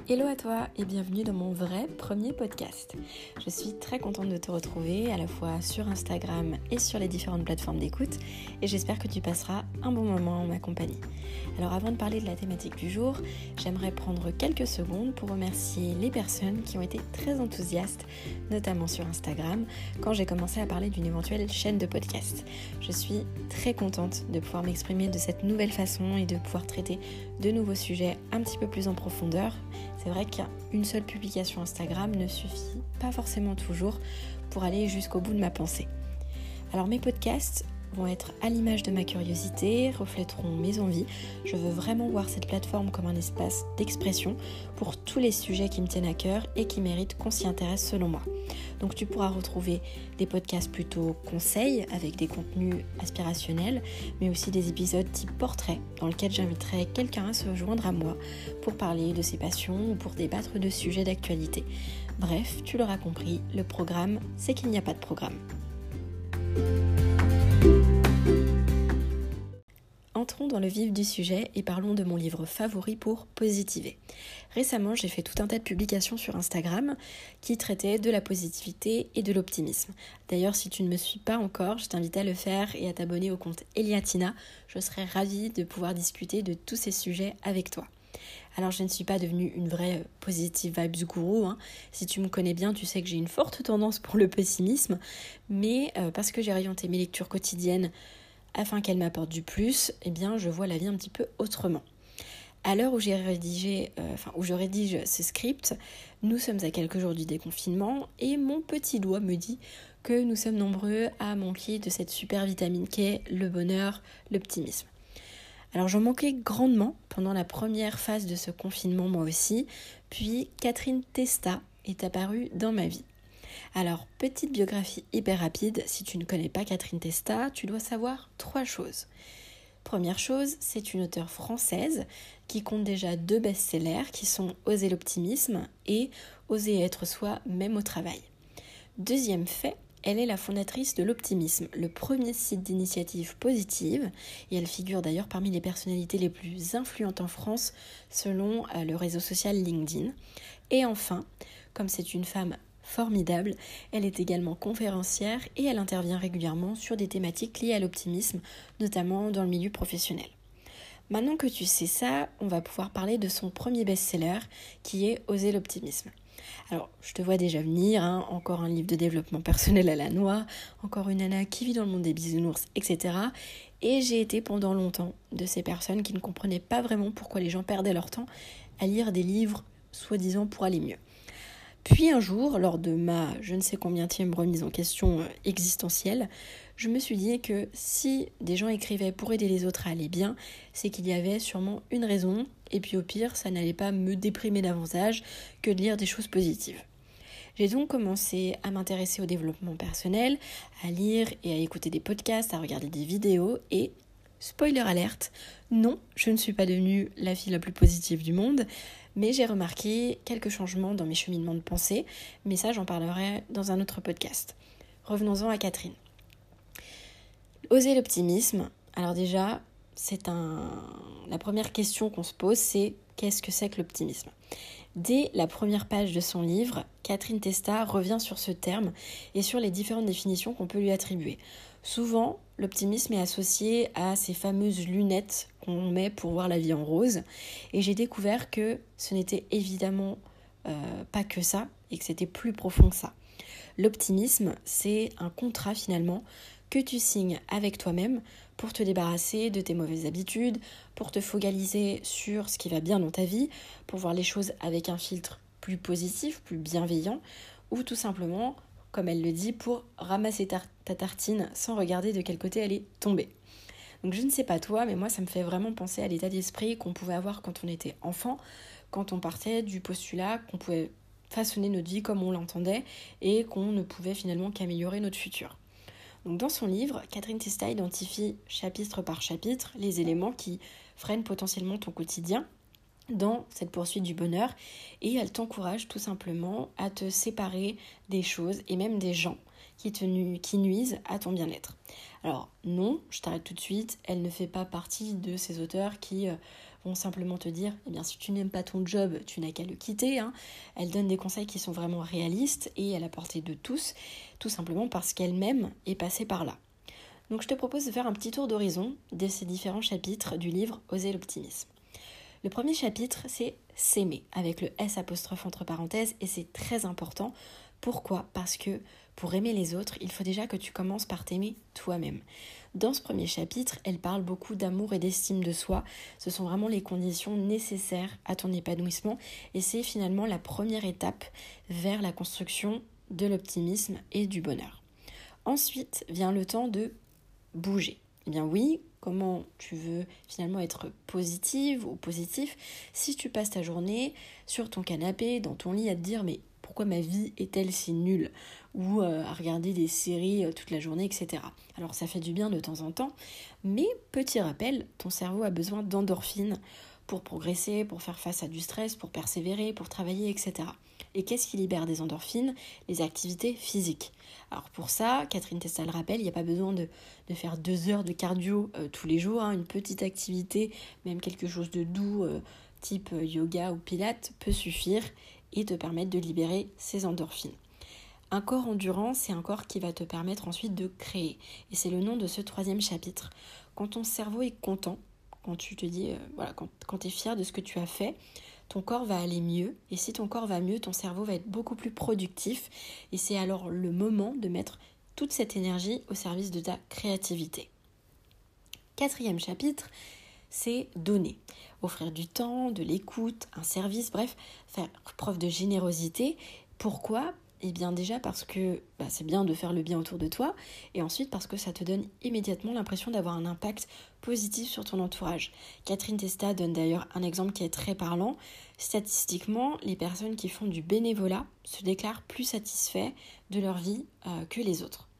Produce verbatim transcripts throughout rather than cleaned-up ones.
Hello à toi et bienvenue dans mon vrai premier podcast. Je suis très contente de te retrouver à la fois sur Instagram et sur les différentes plateformes d'écoute et j'espère que tu passeras un bon moment en ma compagnie. Alors avant de parler de la thématique du jour, j'aimerais prendre quelques secondes pour remercier les personnes qui ont été très enthousiastes, notamment sur Instagram, quand j'ai commencé à parler d'une éventuelle chaîne de podcast. Je suis très contente de pouvoir m'exprimer de cette nouvelle façon et de pouvoir traiter de nouveaux sujets un petit peu plus en profondeur. C'est vrai qu'une seule publication Instagram ne suffit pas forcément toujours pour aller jusqu'au bout de ma pensée. Alors mes podcasts vont être à l'image de ma curiosité, reflèteront mes envies. Je veux vraiment voir cette plateforme comme un espace d'expression pour tous les sujets qui me tiennent à cœur et qui méritent qu'on s'y intéresse selon moi. Donc tu pourras retrouver des podcasts plutôt conseils avec des contenus aspirationnels, mais aussi des épisodes type portrait dans lesquels j'inviterai quelqu'un à se joindre à moi pour parler de ses passions ou pour débattre de sujets d'actualité. Bref, tu l'auras compris, le programme, c'est qu'il n'y a pas de programme. Entrons dans le vif du sujet et parlons de mon livre favori pour positiver. Récemment, j'ai fait tout un tas de publications sur Instagram qui traitaient de la positivité et de l'optimisme. D'ailleurs, si tu ne me suis pas encore, je t'invite à le faire et à t'abonner au compte Eliatina. Je serais ravie de pouvoir discuter de tous ces sujets avec toi. Alors, je ne suis pas devenue une vraie positive vibes gourou. Hein. Si tu me connais bien, tu sais que j'ai une forte tendance pour le pessimisme, mais euh, parce que j'ai orienté mes lectures quotidiennes afin qu'elle m'apporte du plus, eh bien je vois la vie un petit peu autrement. À l'heure où j'ai rédigé, euh, enfin où je rédige ce script, nous sommes à quelques jours du déconfinement et mon petit doigt me dit que nous sommes nombreux à manquer de cette super vitamine qu'est le bonheur, l'optimisme. Alors j'en manquais grandement pendant la première phase de ce confinement moi aussi, puis Catherine Testa est apparue dans ma vie. Alors, petite biographie hyper rapide, si tu ne connais pas Catherine Testa, tu dois savoir trois choses. Première chose, c'est une auteure française qui compte déjà deux best-sellers qui sont Oser l'optimisme et Oser être soi même au travail. Deuxième fait, elle est la fondatrice de l'Optimisme, le premier site d'initiative positive, et elle figure d'ailleurs parmi les personnalités les plus influentes en France selon le réseau social LinkedIn. Et enfin, comme c'est une femme formidable, elle est également conférencière et elle intervient régulièrement sur des thématiques liées à l'optimisme, notamment dans le milieu professionnel. Maintenant que tu sais ça, on va pouvoir parler de son premier best-seller qui est Oser l'optimisme. Alors, je te vois déjà venir, hein, encore un livre de développement personnel à la noix, encore une nana qui vit dans le monde des bisounours, et cetera. Et j'ai été pendant longtemps de ces personnes qui ne comprenaient pas vraiment pourquoi les gens perdaient leur temps à lire des livres soi-disant pour aller mieux. Puis un jour, lors de ma je ne sais combienième remise en question existentielle, je me suis dit que si des gens écrivaient pour aider les autres à aller bien, c'est qu'il y avait sûrement une raison, et puis au pire, ça n'allait pas me déprimer davantage que de lire des choses positives. J'ai donc commencé à m'intéresser au développement personnel, à lire et à écouter des podcasts, à regarder des vidéos et... Spoiler alerte, non, je ne suis pas devenue la fille la plus positive du monde, mais j'ai remarqué quelques changements dans mes cheminements de pensée, mais ça j'en parlerai dans un autre podcast. Revenons-en à Catherine. Oser l'optimisme, alors déjà, c'est un... la première question qu'on se pose, c'est qu'est-ce que c'est que l'optimisme ? Dès la première page de son livre, Catherine Testa revient sur ce terme et sur les différentes définitions qu'on peut lui attribuer. Souvent, l'optimisme est associé à ces fameuses lunettes qu'on met pour voir la vie en rose. Et j'ai découvert que ce n'était évidemment euh, pas que ça et que c'était plus profond que ça. L'optimisme, c'est un contrat finalement que tu signes avec toi-même pour te débarrasser de tes mauvaises habitudes, pour te focaliser sur ce qui va bien dans ta vie, pour voir les choses avec un filtre plus positif, plus bienveillant, ou tout simplement, comme elle le dit, pour ramasser ta, ta tartine sans regarder de quel côté elle est tombée. Donc je ne sais pas toi, mais moi ça me fait vraiment penser à l'état d'esprit qu'on pouvait avoir quand on était enfant, quand on partait du postulat qu'on pouvait façonner notre vie comme on l'entendait et qu'on ne pouvait finalement qu'améliorer notre futur. Donc dans son livre, Catherine Testa identifie chapitre par chapitre les éléments qui freinent potentiellement ton quotidien dans cette poursuite du bonheur et elle t'encourage tout simplement à te séparer des choses et même des gens qui, te nu- qui nuisent à ton bien-être. Alors non, je t'arrête tout de suite, elle ne fait pas partie de ces auteurs qui euh, vont simplement te dire eh bien si tu n'aimes pas ton job, tu n'as qu'à le quitter. Hein. Elle donne des conseils qui sont vraiment réalistes et à la portée de tous, tout simplement parce qu'elle-même est passée par là. Donc je te propose de faire un petit tour d'horizon de ces différents chapitres du livre Oser l'optimisme. Le premier chapitre, c'est s'aimer, avec le S apostrophe entre parenthèses, et c'est très important. Pourquoi ? Parce que pour aimer les autres, il faut déjà que tu commences par t'aimer toi-même. Dans ce premier chapitre, elle parle beaucoup d'amour et d'estime de soi. Ce sont vraiment les conditions nécessaires à ton épanouissement, et c'est finalement la première étape vers la construction de l'optimisme et du bonheur. Ensuite vient le temps de bouger. Eh bien oui, comment tu veux finalement être positive ou positif si tu passes ta journée sur ton canapé, dans ton lit à te dire mais pourquoi ma vie est-elle si nulle ? Ou euh, à regarder des séries euh, toute la journée, et cetera. Alors ça fait du bien de temps en temps, mais petit rappel, ton cerveau a besoin d'endorphines pour progresser, pour faire face à du stress, pour persévérer, pour travailler, et cetera. Et qu'est-ce qui libère des endorphines ? Les activités physiques. Alors pour ça, Catherine Testa le rappelle, il n'y a pas besoin de, de faire deux heures de cardio euh, tous les jours. Hein. Une petite activité, même quelque chose de doux, euh, type yoga ou pilates, peut suffire et te permettre de libérer ces endorphines. Un corps endurant, c'est un corps qui va te permettre ensuite de créer. Et c'est le nom de ce troisième chapitre. Quand ton cerveau est content, quand tu te dis, euh, voilà, quand, quand tu es fier de ce que tu as fait, ton corps va aller mieux. Et si ton corps va mieux, ton cerveau va être beaucoup plus productif. Et c'est alors le moment de mettre toute cette énergie au service de ta créativité. Quatrième chapitre, c'est donner. Offrir du temps, de l'écoute, un service, bref, faire preuve de générosité. Pourquoi ? Eh bien déjà parce que bah, c'est bien de faire le bien autour de toi et ensuite parce que ça te donne immédiatement l'impression d'avoir un impact positif sur ton entourage. Catherine Testa donne d'ailleurs un exemple qui est très parlant. Statistiquement, les personnes qui font du bénévolat se déclarent plus satisfaits de leur vie euh, que les autres.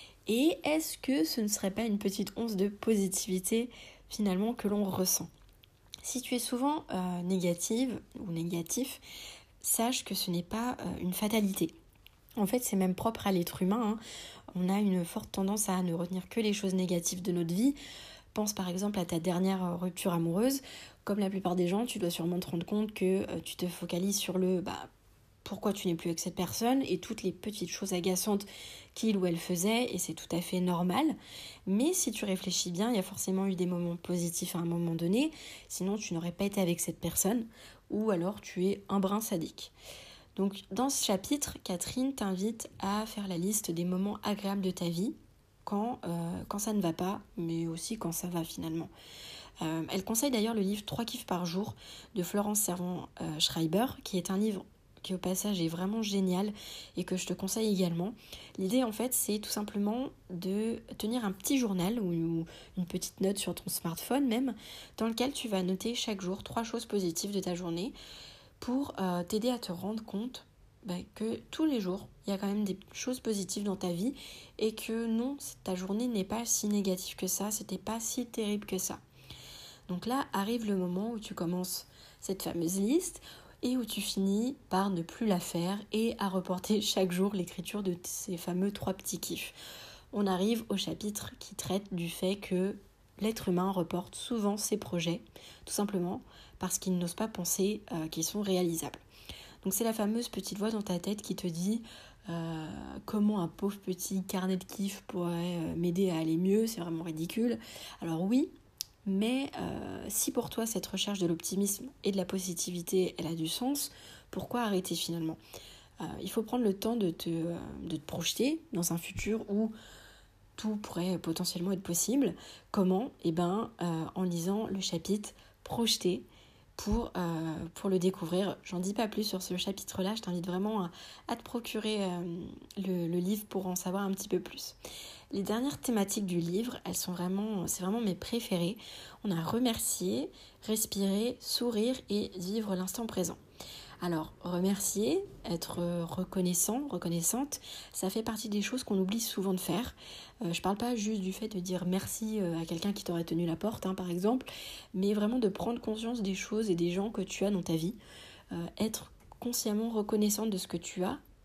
Et est-ce que ce ne serait pas une petite once de positivité finalement que l'on ressent ? Si tu es souvent euh, négative ou négatif, sache que ce n'est pas euh, une fatalité. En fait, c'est même propre à l'être humain. Hein. On a une forte tendance à ne retenir que les choses négatives de notre vie. Pense par exemple à ta dernière rupture amoureuse. Comme la plupart des gens, tu dois sûrement te rendre compte que euh, tu te focalises sur le bah, pourquoi tu n'es plus avec cette personne et toutes les petites choses agaçantes qu'il ou elle faisait, et c'est tout à fait normal. Mais si tu réfléchis bien, il y a forcément eu des moments positifs à un moment donné, sinon tu n'aurais pas été avec cette personne, ou alors tu es un brin sadique. Donc dans ce chapitre, Catherine t'invite à faire la liste des moments agréables de ta vie quand, euh, quand ça ne va pas, mais aussi quand ça va finalement. Euh, elle conseille d'ailleurs le livre trois kiffs par jour de Florence Servan-Schreiber, qui est un livre qui au passage est vraiment génial et que je te conseille également. L'idée en fait c'est tout simplement de tenir un petit journal ou une petite note sur ton smartphone même, dans lequel tu vas noter chaque jour trois choses positives de ta journée, pour euh, t'aider à te rendre compte bah, que tous les jours, il y a quand même des choses positives dans ta vie et que non, ta journée n'est pas si négative que ça, c'était pas si terrible que ça. Donc là, arrive le moment où tu commences cette fameuse liste et où tu finis par ne plus la faire et à reporter chaque jour l'écriture de ces fameux trois petits kiffs. On arrive au chapitre qui traite du fait que l'être humain reporte souvent ses projets, tout simplement parce qu'il n'ose pas penser euh, qu'ils sont réalisables. Donc c'est la fameuse petite voix dans ta tête qui te dit euh, comment un pauvre petit carnet de kiff pourrait euh, m'aider à aller mieux, c'est vraiment ridicule. Alors oui, mais euh, si pour toi cette recherche de l'optimisme et de la positivité, elle a du sens, pourquoi arrêter finalement ? euh, Il faut prendre le temps de te, euh, de te projeter dans un futur où tout pourrait potentiellement être possible. Comment ? Eh bien, euh, en lisant le chapitre Projeter pour, euh, pour le découvrir. J'en dis pas plus sur ce chapitre-là, je t'invite vraiment à, à te procurer euh, le, le livre pour en savoir un petit peu plus. Les dernières thématiques du livre, elles sont vraiment, c'est vraiment mes préférées. On a remercier, respirer, sourire et vivre l'instant présent. Alors, remercier, être reconnaissant, reconnaissante, ça fait partie des choses qu'on oublie souvent de faire. Euh, je parle pas juste du fait de dire merci à quelqu'un qui t'aurait tenu la porte, hein, par exemple, mais vraiment de prendre conscience des choses et des gens que tu as dans ta vie. Euh, être consciemment reconnaissante de ce que tu as,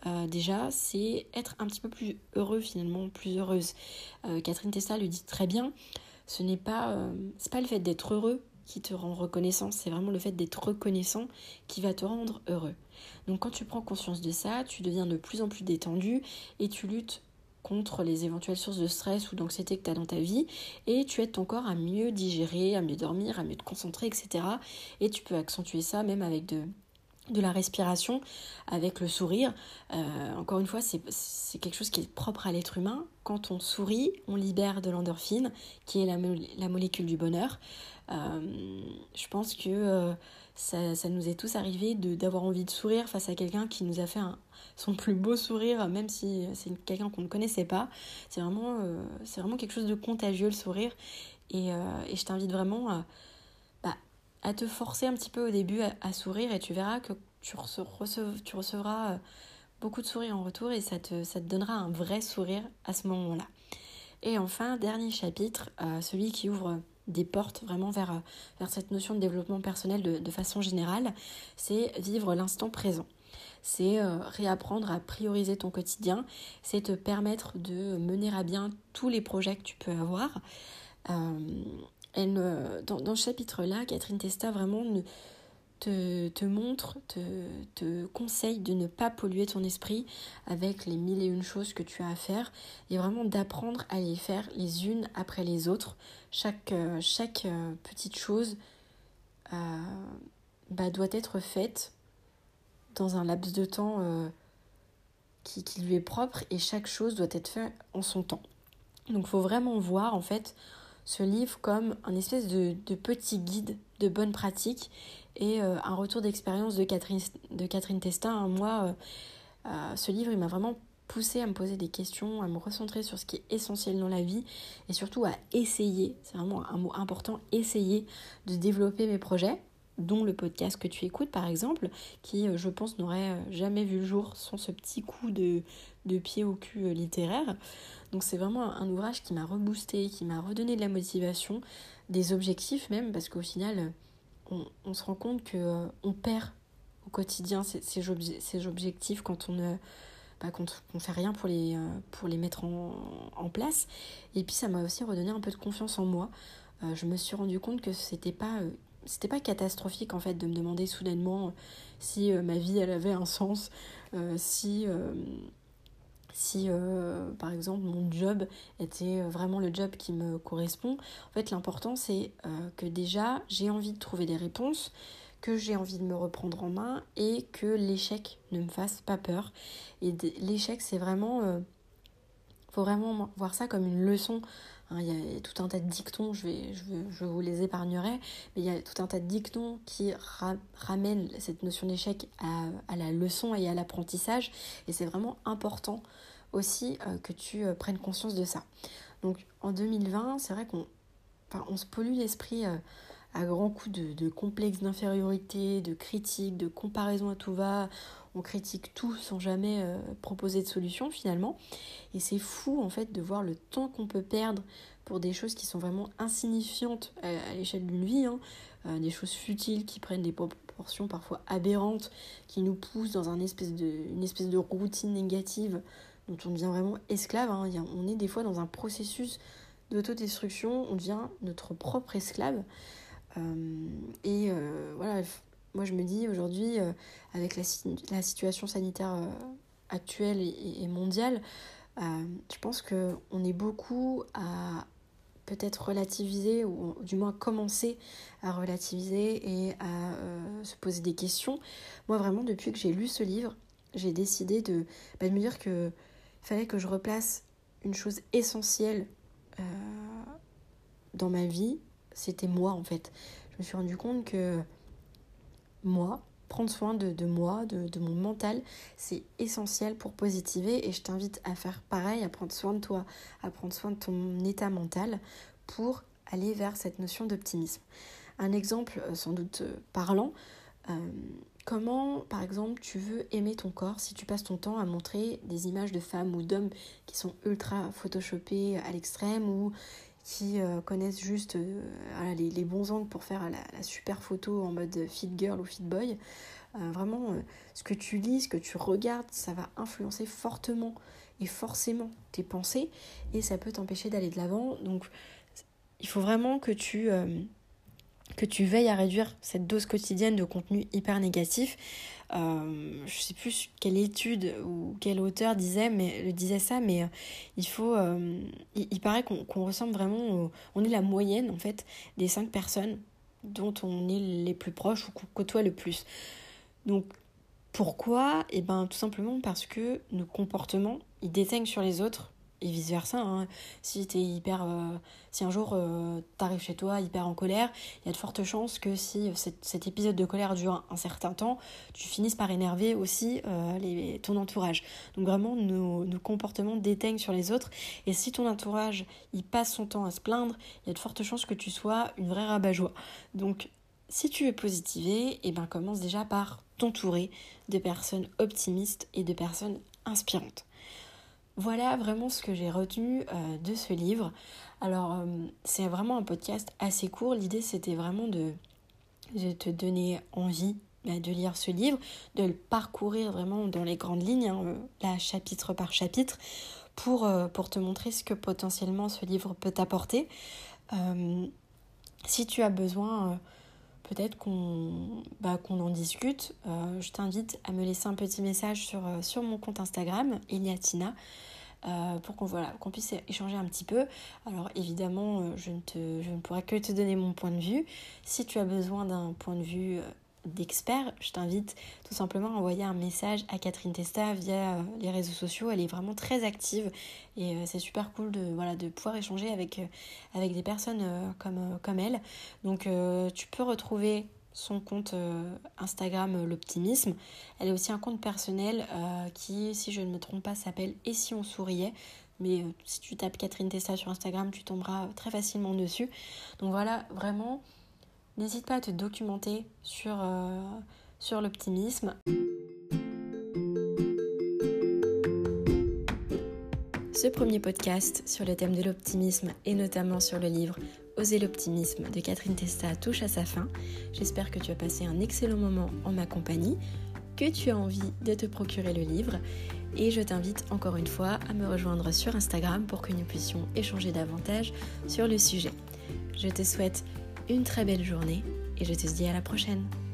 euh, déjà, c'est être un petit peu plus heureux finalement, plus heureuse. Euh, Catherine Testa le dit très bien, ce n'est pas, euh, c'est pas le fait d'être heureux qui te rend reconnaissant, c'est vraiment le fait d'être reconnaissant qui va te rendre heureux. Donc quand tu prends conscience de ça, tu deviens de plus en plus détendu et tu luttes contre les éventuelles sources de stress ou d'anxiété que tu as dans ta vie et tu aides ton corps à mieux digérer, à mieux dormir, à mieux te concentrer, et cetera. Et tu peux accentuer ça même avec de, de la respiration, avec le sourire. Euh, encore une fois, c'est, c'est quelque chose qui est propre à l'être humain. Quand on sourit, on libère de l'endorphine, qui est la, mo- la molécule du bonheur. Euh, je pense que euh, ça, ça nous est tous arrivé de, d'avoir envie de sourire face à quelqu'un qui nous a fait un, son plus beau sourire, même si c'est quelqu'un qu'on ne connaissait pas. C'est vraiment, euh, c'est vraiment quelque chose de contagieux, le sourire. Et, euh, et je t'invite vraiment à, bah, à te forcer un petit peu au début à, à sourire et tu verras que tu, recev, tu recevras beaucoup de sourires en retour et ça te, ça te donnera un vrai sourire à ce moment-là. Et enfin, dernier chapitre, euh, celui qui ouvre des portes vraiment vers, vers cette notion de développement personnel de, de façon générale, c'est vivre l'instant présent. C'est euh, réapprendre à prioriser ton quotidien, c'est te permettre de mener à bien tous les projets que tu peux avoir. Euh, elle, dans, dans ce chapitre-là, Catherine Testa vraiment ne, te, te montre, te, te conseille de ne pas polluer ton esprit avec les mille et une choses que tu as à faire et vraiment d'apprendre à les faire les unes après les autres. Chaque, euh, chaque euh, petite chose euh, bah, doit être faite dans un laps de temps euh, qui, qui lui est propre et chaque chose doit être faite en son temps. Donc il faut vraiment voir en fait ce livre comme un espèce de, de petit guide de bonnes pratiques et euh, un retour d'expérience de Catherine, de Catherine Testa. Hein. Moi, euh, euh, ce livre, il m'a vraiment poussé à me poser des questions, à me recentrer sur ce qui est essentiel dans la vie et surtout à essayer, c'est vraiment un mot important, essayer de développer mes projets, dont le podcast que tu écoutes par exemple, qui je pense n'aurait jamais vu le jour sans ce petit coup de, de pied au cul littéraire. Donc c'est vraiment un ouvrage qui m'a reboosté, qui m'a redonné de la motivation, des objectifs même, parce qu'au final, on, on se rend compte qu'on euh, perd au quotidien ces, ces, obje- ces objectifs quand on ne bah, quand on fait rien pour les, euh, pour les mettre en, en place. Et puis ça m'a aussi redonné un peu de confiance en moi. Euh, je me suis rendu compte que c'était pas... Euh, c'était pas catastrophique en fait de me demander soudainement si euh, ma vie elle avait un sens, euh, si... Euh, si euh, par exemple mon job était vraiment le job qui me correspond. En fait l'important c'est euh, que déjà j'ai envie de trouver des réponses, que j'ai envie de me reprendre en main et que l'échec ne me fasse pas peur. Et d- l'échec c'est vraiment... Euh, faut vraiment voir ça comme une leçon. Hein, il y a tout un tas de dictons, je, vais, je, vais, je vous les épargnerai, mais il y a tout un tas de dictons qui ra- ramènent cette notion d'échec à, à la leçon et à l'apprentissage. Et c'est vraiment important aussi euh, que tu euh, prennes conscience de ça. Donc en deux mille vingt, c'est vrai qu'on enfin, on se pollue l'esprit euh, à grands coups de, de complexes d'infériorité, de critiques, de comparaison à tout va. On critique tout sans jamais euh, proposer de solution finalement. Et c'est fou en fait de voir le temps qu'on peut perdre pour des choses qui sont vraiment insignifiantes à, à l'échelle d'une vie, hein. Euh, des choses futiles qui prennent des proportions parfois aberrantes, qui nous poussent dans un espèce de, une espèce de routine négative dont on devient vraiment esclave. Hein. On est des fois dans un processus d'autodestruction, on devient notre propre esclave. Euh, et euh, voilà, moi je me dis aujourd'hui, euh, avec la, la situation sanitaire euh, actuelle et, et mondiale, euh, je pense qu'on est beaucoup à peut-être relativiser, ou du moins commencer à relativiser et à euh, se poser des questions. Moi vraiment, depuis que j'ai lu ce livre, j'ai décidé de, bah, de me dire qu'il fallait que je replace une chose essentielle euh, dans ma vie, c'était moi en fait. Je me suis rendu compte que moi, prendre soin de, de moi, de, de mon mental, c'est essentiel pour positiver et je t'invite à faire pareil, à prendre soin de toi, à prendre soin de ton état mental pour aller vers cette notion d'optimisme. Un exemple sans doute parlant, euh, comment par exemple tu veux aimer ton corps si tu passes ton temps à montrer des images de femmes ou d'hommes qui sont ultra photoshopés à l'extrême ou qui euh, connaissent juste euh, voilà, les, les bons angles pour faire la, la super photo en mode fit girl ou fit boy. Euh, vraiment, euh, ce que tu lis, ce que tu regardes, ça va influencer fortement et forcément tes pensées et ça peut t'empêcher d'aller de l'avant. Donc, il faut vraiment que tu, euh, que tu veilles à réduire cette dose quotidienne de contenu hyper négatif. Euh, je sais plus quelle étude ou quel auteur disait, mais, le disait ça, mais euh, il faut... Euh, il, il paraît qu'on, qu'on ressemble vraiment... Au, on est la moyenne, en fait, des cinq personnes dont on est les plus proches ou qu'on côtoie le plus. Donc, pourquoi ? Eh ben, tout simplement parce que nos comportements, ils déteignent sur les autres et vice-versa. Hein. Si t'es hyper, euh, si un jour euh, t'arrives chez toi hyper en colère, il y a de fortes chances que si cet, cet épisode de colère dure un, un certain temps, tu finisses par énerver aussi euh, les, ton entourage. Donc vraiment, nos, nos comportements déteignent sur les autres. Et si ton entourage, il passe son temps à se plaindre, il y a de fortes chances que tu sois une vraie rabat-joie. Donc, si tu veux positiver, eh ben, commence déjà par t'entourer de personnes optimistes et de personnes inspirantes. Voilà vraiment ce que j'ai retenu euh, de ce livre. Alors, euh, c'est vraiment un podcast assez court. L'idée, c'était vraiment de, de te donner envie bah, de lire ce livre, de le parcourir vraiment dans les grandes lignes, hein, là, chapitre par chapitre, pour, euh, pour te montrer ce que potentiellement ce livre peut t'apporter. Euh, si tu as besoin... Euh, Peut-être qu'on, bah, qu'on en discute. Euh, je t'invite à me laisser un petit message sur, euh, sur mon compte Instagram, Eliatina, euh, pour qu'on, voilà, qu'on puisse échanger un petit peu. Alors évidemment, euh, je, ne te, je ne pourrai que te donner mon point de vue. Si tu as besoin d'un point de vue euh, d'expert, je t'invite tout simplement à envoyer un message à Catherine Testa via euh, les réseaux sociaux. Elle est vraiment très active et euh, c'est super cool de, voilà, de pouvoir échanger avec, euh, avec des personnes euh, comme, euh, comme elle. Donc euh, tu peux retrouver son compte euh, Instagram euh, L'Optimisme. Elle a aussi un compte personnel euh, qui, si je ne me trompe pas, s'appelle Et si on souriait. Mais euh, si tu tapes Catherine Testa sur Instagram, tu tomberas très facilement dessus. Donc voilà, vraiment... N'hésite pas à te documenter sur, euh, sur l'optimisme. Ce premier podcast sur le thème de l'optimisme et notamment sur le livre Oser l'optimisme de Catherine Testa touche à sa fin. J'espère que tu as passé un excellent moment en ma compagnie, que tu as envie de te procurer le livre et je t'invite encore une fois à me rejoindre sur Instagram pour que nous puissions échanger davantage sur le sujet. Je te souhaite une très belle journée et je te dis à la prochaine.